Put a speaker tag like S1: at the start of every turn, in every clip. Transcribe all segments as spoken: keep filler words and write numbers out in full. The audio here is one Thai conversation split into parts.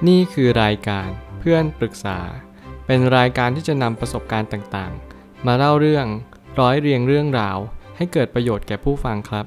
S1: นี่คือรายการเพื่อนปรึกษาเป็นรายการที่จะนำประสบการณ์ต่างๆมาเล่าเรื่องร้อยเรียงเรื่องราวให้เกิดประโยชน์แก่ผู้ฟังครับ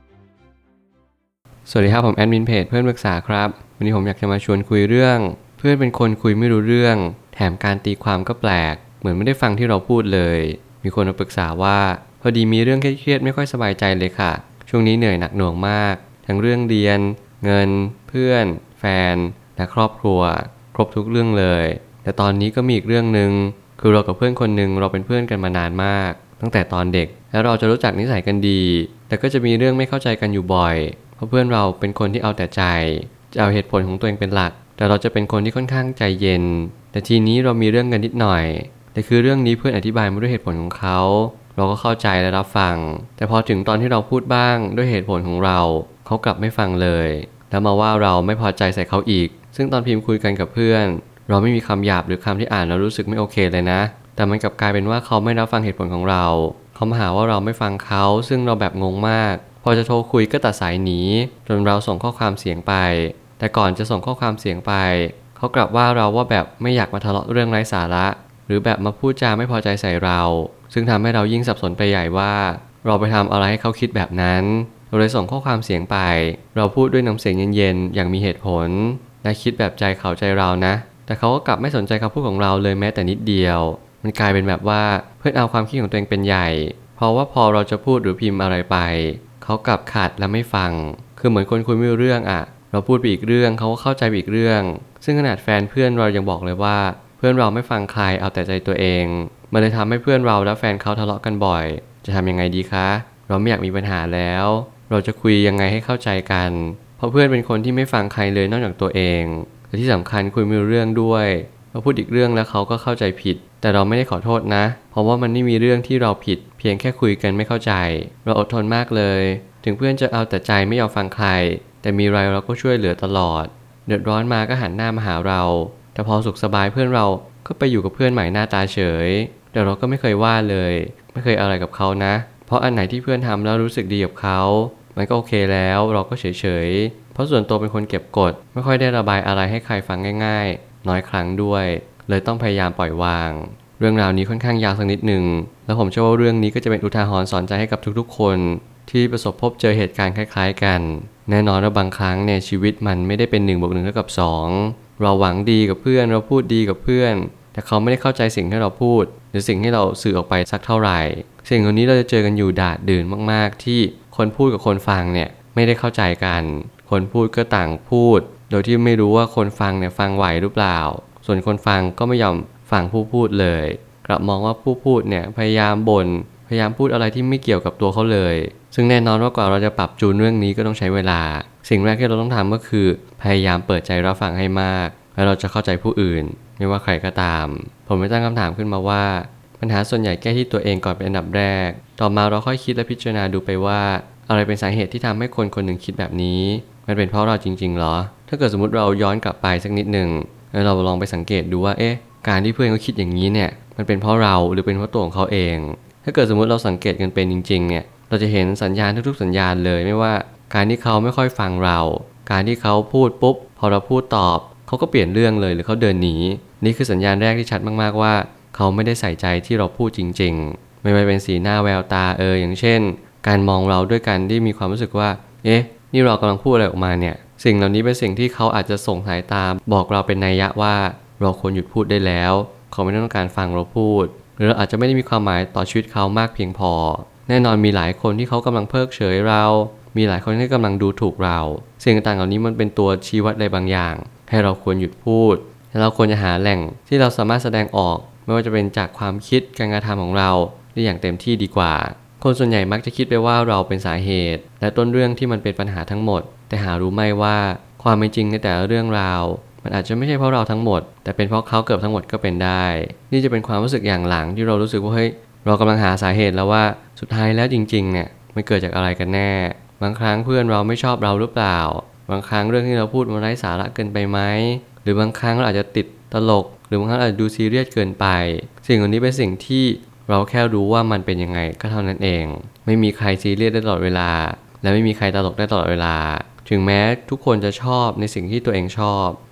S1: สวัสดีครับผมแอดมินเพจเพื่อนปรึกษาครับวันนี้ผมอยากจะมาชวนคุยเรื่องเพื่อนเป็นคนคุยไม่รู้เรื่องแถมการตีความก็แปลกเหมือนไม่ได้ฟังที่เราพูดเลยมีคนมาปรึกษาว่าพอดีมีเรื่องเครียดๆไม่ค่อยสบายใจเลยค่ะช่วงนี้เหนื่อยหนักหน่วงมากทั้งเรื่องเรียนเงินเพื่อนแฟนและครอบครัวครบทุกเรื่องเลยแต่ตอนนี้ก็มีอีกเรื่องนึงคือเรากับเพื่อนคนนึงเราเป็นเพื่อนกันมานานมากตั้งแต่ตอนเด็กแล้วเราจะรู้จักนิสัยกันดีแต่ก็จะมีเรื่องไม่เข้าใจกันอยู่บ่อยเพราะเพื่อนเราเป็นคนที่เอาแต่ใจจะเอาเหตุผลของตัวเองเป็นหลักแต่เราจะเป็นคนที่ค่อนข้างใจเย็นแต่ทีนี้เรามีเรื่องกันนิดหน่อยแต่คือเรื่องนี้เพื่อนอธิบายมาด้วยเหตุผลของเขาเราก็เข้าใจและรับฟังแต่พอถึงตอนที่เราพูดบ้างด้วยเหตุผลของเราเขากลับไม่ฟังเลยแล้วมาว่าเราไม่พอใจใส่เขาอีกซึ่งตอนพิมพ์คุยกันกับเพื่อนเราไม่มีคำหยาบหรือคำที่อ่านแล้วรู้สึกไม่โอเคเลยนะแต่มันกลับกลายเป็นว่าเขาไม่รับฟังเหตุผลของเราเขามาหาว่าเราไม่ฟังเขาซึ่งเราแบบงงมากพอจะโทรคุยก็ตัดสายหนีจนเราส่งข้อความเสียงไปแต่ก่อนจะส่งข้อความเสียงไปเขากลับว่าเราว่าแบบไม่อยากมาทะเลาะเรื่องไร้สาระหรือแบบมาพูดจาไม่พอใจใส่เราซึ่งทำให้เรายิ่งสับสนไปใหญ่ว่าเราไปทำอะไรให้เขาคิดแบบนั้นเราเลยส่งข้อความเสียงไปเราพูดด้วยน้ำเสียงเย็นๆอย่างมีเหตุผลและคิดแบบใจเขาใจเรานะแต่เขาก็กลับไม่สนใจคำพูดของเราเลยแม้แต่นิดเดียวมันกลายเป็นแบบว่าเพื่อนเอาความคิดของตัวเองเป็นใหญ่เพราะว่าพอเราจะพูดหรือพิมพ์อะไรไปเขากลับขัดและไม่ฟังคือเหมือนคนคุยไม่รู้เรื่องอ่ะเราพูดไปอีกเรื่องเขาก็เข้าใจไปอีกเรื่องซึ่งขนาดแฟนเพื่อนเรายังบอกเลยว่าเพื่อนเราไม่ฟังใครเอาแต่ใจตัวเองมันเลยทำให้เพื่อนเราและแฟนเขาทะเลาะกันบ่อยจะทำยังไงดีคะเราไม่อยากมีปัญหาแล้วเราจะคุยยังไงให้เข้าใจกันเพราะเพื่อนเป็นคนที่ไม่ฟังใครเลยนอกจากตัวเองและที่สำคัญคุยไม่รู้เรื่องด้วยเราพูดอีกเรื่องแล้วเขาก็เข้าใจผิดแต่เราไม่ได้ขอโทษนะเพราะว่ามันไม่มีเรื่องที่เราผิดเพียงแค่คุยกันไม่เข้าใจเราอดทนมากเลยถึงเพื่อนจะเอาแต่ใจไม่ยอมฟังใครแต่มีอะไรเราก็ช่วยเหลือตลอดเดือดร้อนมาก็หันหน้ามาหาเราแต่พอสุขสบายเพื่อนเราก็ไปอยู่กับเพื่อนใหม่หน้าตาเฉยแต่เราก็ไม่เคยว่าเลยไม่เคยอะไรกับเขานะเพราะอันไหนที่เพื่อนทำแล้วรู้สึกดีกับเขามันก็โอเคแล้วเราก็เฉยๆเพราะส่วนตัวเป็นคนเก็บกดไม่ค่อยได้ระบายอะไรให้ใครฟังง่ายๆน้อยครั้งด้วยเลยต้องพยายามปล่อยวางเรื่องราวนี้ค่อนข้างยาวสักนิดหนึ่งแล้วผมเชื่อว่าเรื่องนี้ก็จะเป็นอุทาหรณ์สอนใจให้กับทุกๆคนที่ประสบพบเจอเหตุการณ์คล้ายๆกันแน่นอนว่าบางครั้งเนี่ยชีวิตมันไม่ได้เป็นหนึ่งบวกหนึ่งเท่ากับสองเราหวังดีกับเพื่อนเราพูดดีกับเพื่อนแต่เขาไม่ได้เข้าใจสิ่งที่เราพูดหรือสิ่งที่เราสื่อออกไปสักเท่าไหร่สิ่งเหล่านี้เราจะเจอกันอยู่ดาดดื่นมากๆที่คนพูดกับคนฟังเนี่ยไม่ได้เข้าใจกันคนพูดก็ต่างพูดโดยที่ไม่รู้ว่าคนฟังเนี่ยฟังไหวหรือเปล่าส่วนคนฟังก็ไม่ยอมฟังผู้พูดเลยกลับมองว่าผู้พูดเนี่ยพยายามบ่นพยายามพูดอะไรที่ไม่เกี่ยวกับตัวเขาเลยซึ่งแน่นอนว่ากว่าเราจะปรับจูนเรื่องนี้ก็ต้องใช้เวลาสิ่งแรกที่เราต้องทำก็คือพยายามเปิดใจรับฟังให้มากแล้วเราจะเข้าใจผู้อื่นไม่ว่าใครก็ตามผมไม่ตั้งคำถามขึ้นมาว่าปัญหาส่วนใหญ่แก้ที่ตัวเองก่อนเป็นอันดับแรกต่อมาเราค่อยคิดและพิจารณาดูไปว่าอะไรเป็นสาเหตุที่ทำให้คนคนหนึ่งคิดแบบนี้มันเป็นเพราะเราจริงๆหรอถ้าเกิดสมมติเราย้อนกลับไปสักนิดหนึ่งแล้วเราลองไปสังเกตดูว่าเอ๊ะการที่เพื่อนเขาคิดอย่างนี้เนี่ยมันเป็นเพราะเราหรือเป็นเพราะตัวของเขาเองถ้าเกิดสมมติเราสังเกตกันเป็นจริงๆเนี่ยเราจะเห็นสัญญาณทุกๆสัญญาณเลยไม่ว่าการที่เขาไม่ค่อยฟังเราการที่เขาพูดปุ๊บพอเราพูดตอบเขาก็เปลี่ยนเรื่องเลยหรือเขาเดินหนีนี่คือสัญญาณแรกที่ชัดมากๆว่าเขาไม่ได้ใส่ใจที่เราพูดจริงๆไม่ว่าเป็นสีหน้าแววตาเอออย่างเช่นการมองเราด้วยกันที่มีความรู้สึกว่าเอ๊ะนี่เรากำลังพูดอะไรออกมาเนี่ยสิ่งเหล่านี้เป็นสิ่งที่เขาอาจจะส่งสายตาบอกเราเป็นนัยยะว่าเราควรหยุดพูดได้แล้วเขาไม่ต้องการฟังเราพูดหรือเราอาจจะไม่ได้มีความหมายต่อชีวิตเขามากเพียงพอแน่นอนมีหลายคนที่เขากำลังเพิกเฉยเรามีหลายคนที่กำลังดูถูกเราสิ่งต่างๆเหล่านี้มันเป็นตัวชี้วัดอะไรบางอย่างให้เราควรหยุดพูดและเราควรจะหาแหล่งที่เราสามารถแสดงออกไม่ว่าจะเป็นจากความคิดการกระทำของเราได้อย่างเต็มที่ดีกว่าคนส่วนใหญ่มักจะคิดไปว่าเราเป็นสาเหตุและต้นเรื่องที่มันเป็นปัญหาทั้งหมดแต่หารู้ไหมว่าความเป็นจริงในแต่ละเรื่องราวมันอาจจะไม่ใช่เพราะเราทั้งหมดแต่เป็นเพราะเขาเกือบทั้งหมดก็เป็นได้นี่จะเป็นความรู้สึกอย่างหลังที่เรารู้สึกว่าเฮ้ยเรากำลังหาสาเหตุแล้วว่าสุดท้ายแล้วจริงๆเนี่ยมันเกิดจากอะไรกันแน่บางครั้งเพื่อนเราไม่ชอบเราหรือเปล่าบางครั้งเรื่องที่เราพูดมันไร้สาระเกินไปไหมหรือบางครั้งเราอาจจะติดตลกหรือบางครั้งอาจจะดูซีเรียสเกินไปสิ่งเหล่านี้เป็นสิ่งที่เราแค่รู้ว่ามันเป็นยังไงก็เท่านั้นเองไม่มีใครซีเรียสได้ตลอดเวลาและไม่มีใครตลกได้ตลอดเวลาถึงแม้ทุกคนจะชอบในสิ่งที่ตัวเองชอบ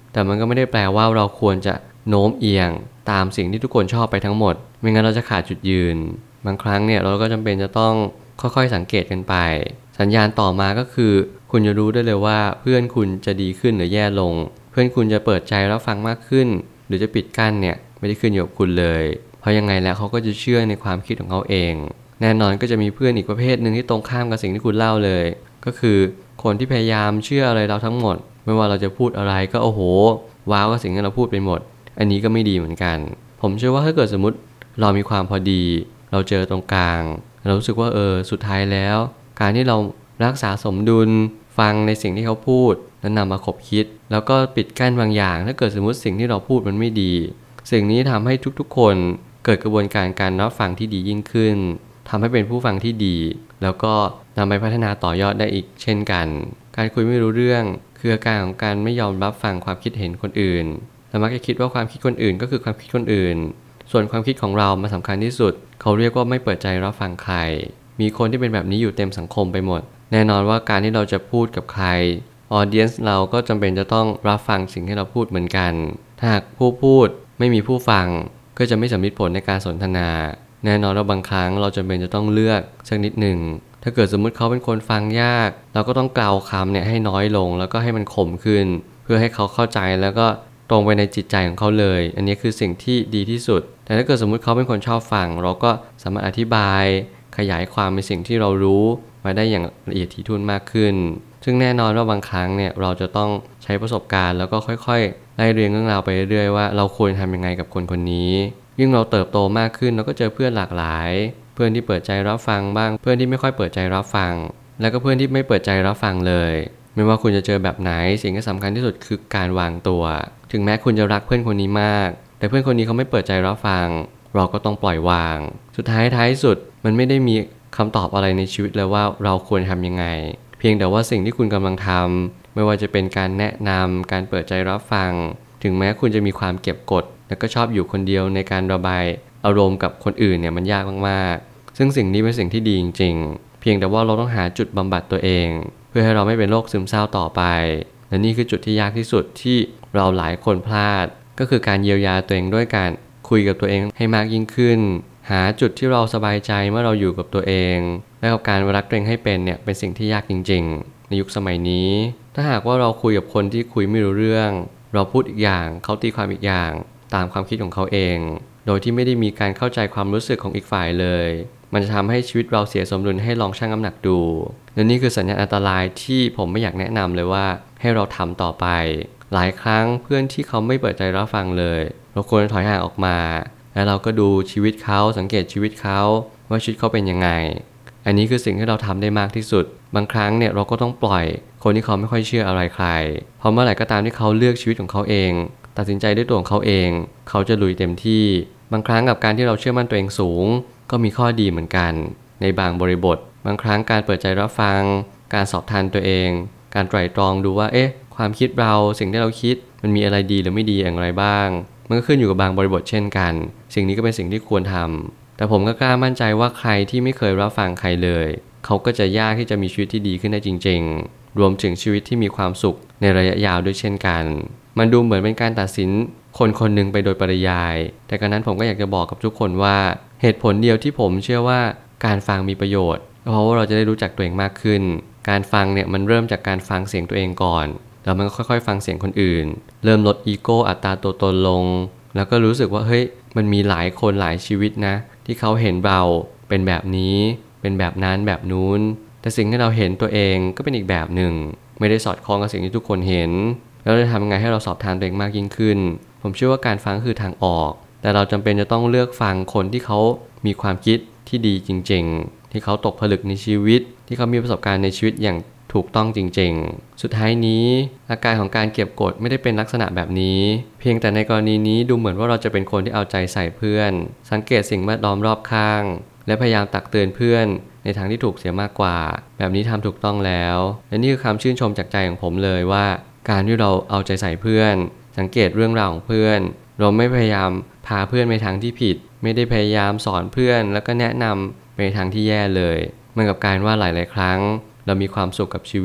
S1: แต่มันก็ไม่ได้แปลว่าเราควรจะโน้มเอียงตามสิ่งที่ทุกคนชอบไปทั้งหมดไม่งั้นเราจะขาดจุดยืนบางครั้งเนี่ยเราก็จำเป็นจะต้องค่อยๆสังเกตกันไปสัญญาณต่อมาก็คือคุณจะรู้ได้เลยว่าเพื่อนคุณจะดีขึ้นหรือแย่ลงเพื่อนคุณจะเปิดใจรับฟังมากขึ้นหรือจะปิดกั้นเนี่ยไม่ได้ขึ้นอยู่กับคุณเลยเพราะยังไงแล้วเขาก็จะเชื่อในความคิดของเขาเองแน่นอนก็จะมีเพื่อนอีกประเภทหนึ่งที่ตรงข้ามกับสิ่งที่คุณเล่าเลยก็คือคนที่พยายามเชื่ออะไรเราทั้งหมดไม่ว่าเราจะพูดอะไรก็โอ้โหว้าวกับสิ่งที่เราพูดไปหมดอันนี้ก็ไม่ดีเหมือนกันผมเชื่อว่าถ้าเกิดสมมติเรามีความพอดีเราเจอตรงกลางเรารู้สึกว่าเออสุดท้ายแล้วการที่เรารักษาสมดุลฟังในสิ่งที่เขาพูดแล้วนำมาคบคิดแล้วก็ปิดกั้นบางอย่างถ้าเกิดสมมติสิ่งที่เราพูดมันไม่ดีสิ่งนี้ทำให้ทุกๆคนเกิดกระบวนการการรับฟังที่ดียิ่งขึ้นทำให้เป็นผู้ฟังที่ดีแล้วก็นำไปพัฒนาต่อยอดได้อีกเช่นกันการคุยไม่รู้เรื่องคืออาการของการไม่ยอมรับฟังความคิดเห็นคนอื่นและมักจะคิดว่าความคิดคนอื่นก็คือความคิดคนอื่นส่วนความคิดของเรามาสำคัญที่สุดเขาเรียกว่าไม่เปิดใจรับฟังใครมีคนที่เป็นแบบนี้อยู่เต็มสังคมไปหมดแน่นอนว่าการที่เราจะพูดกับใครออเดียนส์เราก็จำเป็นจะต้องรับฟังสิ่งที่เราพูดเหมือนกันถ้าหากผู้พูดไม่มีผู้ฟังก็จะไม่สำลิดผลในการสนทนาแน่นอนว่าบางครั้งเราจำเป็นจะต้องเลือกสักนิดหนึ่งถ้าเกิดสมมุติเขาเป็นคนฟังยากเราก็ต้องกล่าวคำเนี่ยให้น้อยลงแล้วก็ให้มันคมขึ้นเพื่อให้เขาเข้าใจแล้วก็ตรงไปในจิตใจของเขาเลยอันนี้คือสิ่งที่ดีที่สุดแต่ถ้าเกิดสมมุติเขาเป็นคนชอบฟังเราก็สามารถอธิบายขยายความในสิ่งที่เรารู้มาได้อย่างละเอียดถี่ถ้วนมากขึ้นซึ่งแน่นอนว่าบางครั้งเนี่ยเราจะต้องใช้ประสบการณ์แล้วก็ค่อยๆไล่เรียงเรื่องราวไปเรื่อยๆว่าเราควรทำยังไงกับคนคนนี้ยิ่งเราเติบโตมากขึ้นเราก็เจอเพื่อนหลากหลายเพื่อนที่เปิดใจรับฟังบ้างเพื่อนที่ไม่ค่อยเปิดใจรับฟังแล้วก็เพื่อนที่ไม่เปิดใจรับฟังเลยไม่ว่าคุณจะเจอแบบไหนสิ่งที่สำคัญที่สุดคือการวางตัวถึงแม้คุณจะรักเพื่อนคนนี้มากแต่เพื่อนคนนี้เขาไม่เปิดใจรับฟังเราก็ต้องปล่อยวางสุดท้ายท้ายสุดมันไม่ได้มีคำตอบอะไรในชีวิตเลยว่าเราควรทำยังไงเพียงแต่ว่าสิ่งที่คุณกำลังทำไม่ว่าจะเป็นการแนะนำการเปิดใจรับฟังถึงแม้คุณจะมีความเก็บกดแล้วก็ชอบอยู่คนเดียวในการระบายอารมณ์กับคนอื่นเนี่ยมันยากมากๆซึ่งสิ่งนี้เป็นสิ่งที่ดีจริงๆเพียงแต่ว่าเราต้องหาจุดบำบัดตัวเองเพื่อให้เราไม่เป็นโรคซึมเศร้าต่อไปและนี่คือจุดที่ยากที่สุดที่เราหลายคนพลาดก็คือการเยียวยาตัวเองด้วยการคุยกับตัวเองให้มากยิ่งขึ้นหาจุดที่เราสบายใจเมื่อเราอยู่กับตัวเองและกับการรักตัวเองให้เป็นเนี่ยเป็นสิ่งที่ยากจริงๆในยุคสมัยนี้ถ้าหากว่าเราคุยกับคนที่คุยไม่รู้เรื่องเราพูดอีกอย่างเขาตีความอีกอย่างตามความคิดของเขาเองโดยที่ไม่ได้มีการเข้าใจความรู้สึกของอีกฝ่ายเลยมันจะทำให้ชีวิตเราเสียสมดุลให้ลองชั่งน้ำหนักดูและนี่คือสัญญาณอันตรายที่ผมไม่อยากแนะนำเลยว่าให้เราทำต่อไปหลายครั้งเพื่อนที่เขาไม่เปิดใจรับฟังเลยเราควรถอยห่างออกมาแล้วเราก็ดูชีวิตเขาสังเกตชีวิตเขาว่าชีวิตเขาเป็นยังไงอันนี้คือสิ่งที่เราทำได้มากที่สุดบางครั้งเนี่ยเราก็ต้องปล่อยคนที่เขาไม่ค่อยเชื่ออะไรใครเพราะเมื่อไหร่ก็ตามที่เขาเลือกชีวิตของเขาเองตัดสินใจด้วยตัวของเขาเองเขาจะลุยเต็มที่บางครั้งกับการที่เราเชื่อมั่นตัวเองสูงก็มีข้อดีเหมือนกันในบางบริบทบางครั้งการเปิดใจรับฟังการสอบทานตัวเองการไตร่ตรองดูว่าเอ๊ะความคิดเราสิ่งที่เราคิดมันมีอะไรดีหรือไม่ดีอย่างไรบ้างมันก็ขึ้นอยู่กับบางบริบทเช่นกันสิ่งนี้ก็เป็นสิ่งที่ควรทำแต่ผมก็กล้ามั่นใจว่าใครที่ไม่เคยรับฟังใครเลยเขาก็จะยากที่จะมีชีวิตที่ดีขึ้นได้จริงๆรวมถึงชีวิตที่มีความสุขในระยะยาวด้วยเช่นกันมันดูเหมือนเป็นการตัดสินคนคนหนึ่งไปโดยปริยายแต่การนั้นผมก็อยากจะบอกกับทุกคนว่าเหตุผลเดียวที่ผมเชื่อว่าการฟังมีประโยชน์เพราะว่าเราจะได้รู้จักตัวเองมากขึ้นการฟังเนี่ยมันเริ่มจากการฟังเสียงตัวเองก่อนแล้วมันก็ค่อยๆฟังเสียงคนอื่นเริ่มลดอีโก้อัตราตัวตนลงแล้วก็รู้สึกว่าเฮ้ยมันมีหลายคนหลายชีวิตนะที่เขาเห็นเราเป็นแบบนี้เป็นแบบนั้นแบบนู้นแต่สิ่งที่เราเห็นตัวเองก็เป็นอีกแบบหนึ่งไม่ได้สอดคล้องกับสิ่งที่ทุกคนเห็นแล้วจะทำยังไงให้เราสอบทานตัวเองมากยิ่งขึ้นผมเชื่อว่าการฟังคือทางออกแต่เราจำเป็นจะต้องเลือกฟังคนที่เขามีความคิดที่ดีจริงๆที่เขาตกผลึกในชีวิตที่เขามีประสบการณ์ในชีวิตอย่างถูกต้องจริงๆสุดท้ายนี้อาการของการเก็บกดไม่ได้เป็นลักษณะแบบนี้เพียงแต่ในกรณีนี้ดูเหมือนว่าเราจะเป็นคนที่เอาใจใส่เพื่อนสังเกตสิ่งแวดล้อมรอบข้างและพยายามตักเตือนเพื่อนในทางที่ถูกเสียมากกว่าแบบนี้ทำถูกต้องแล้วและนี่คือคำชื่นชมจากใจของผมเลยว่าการที่เราเอาใจใส่เพื่อนสังเกตเรื่องราวของเพื่อนเราไม่พยายามพาเพื่อนไปทางที่ผิดไม่ได้พยายามสอนเพื่อนแล้วก็แนะนำไปทางที่แย่เลยเหมือนกับการว่าหลายๆครั้งเรามีความสุขกับชีวิต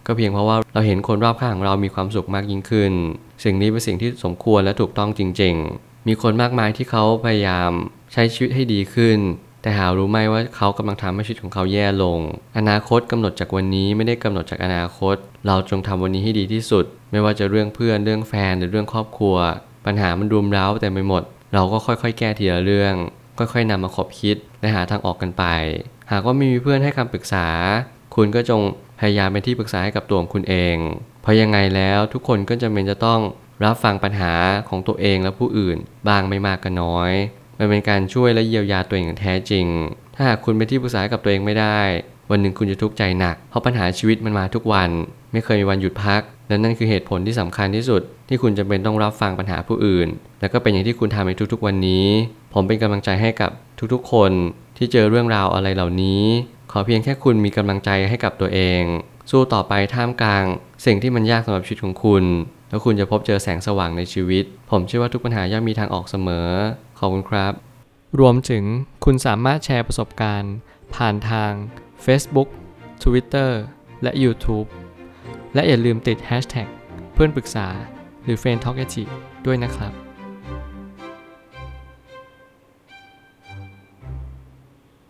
S1: ก็เพียงเพราะว่าเราเห็นคนรอบข้างของเรามีความสุขมากยิ่งขึ้นสิ่งนี้เป็นสิ่งที่สมควรและถูกต้องจริงๆมีคนมากมายที่เขาพยายามใช้ชีวิตให้ดีขึ้นแต่หารู้ไหมว่าเขากำลังทำให้ชีวิตของเขาแย่ลงอนาคตกำหนดจากวันนี้ไม่ได้กำหนดจากอนาคตเราจงทำวันนี้ให้ดีที่สุดไม่ว่าจะเรื่องเพื่อนเรื่องแฟนหรือเรื่องครอบครัวปัญหามันรุมเร้าแต่ไม่หมดเราก็ค่อยๆแก้ทีละเรื่องค่อยๆนำมาคบคิดและหาทางออกกันไปหากว่าไม่มีเพื่อนให้คำปรึกษาคุณก็จงพยายามเป็นที่ปรึกษาให้กับตัวของคุณเองเพราะยังไงแล้วทุกคนก็จำเป็นจะต้องรับฟังปัญหาของตัวเองและผู้อื่นบางไม่มากก็น้อยมันเป็นการช่วยและเยียวยาตัวเองอย่างแท้จริงถ้าหากคุณเป็นที่ปรึกษากับตัวเองไม่ได้วันหนึ่งคุณจะทุกข์ใจหนักเพราะปัญหาชีวิตมันมาทุกวันไม่เคยมีวันหยุดพักและนั่นคือเหตุผลที่สำคัญที่สุดที่คุณจำเป็นต้องรับฟังปัญหาผู้อื่นและก็เป็นอย่างที่คุณทำในทุกๆวันนี้ผมเป็นกำลังใจให้กับทุกๆคนที่เจอเรื่องราวอะไรเหล่านี้ขอเพียงแค่คุณมีกำลังใจให้กับตัวเองสู้ต่อไปท่ามกลางสิ่งที่มันยากสำหรับชีวิตของคุณแล้วคุณจะพบเจอแสงสว่างในชีวิตผมเชื่อว่าทุกปัญหาย่อมมีทางออกเสมอขอบคุณครับรวมถึงคุณสามารถแชร์ประสบการณ์ผ่านทาง Facebook Twitter และ YouTube และอย่าลืมติด แฮชแท็ก เพื่อนปรึกษาหรือ เฟรนด์ ทอล์ก ด้วยนะครับ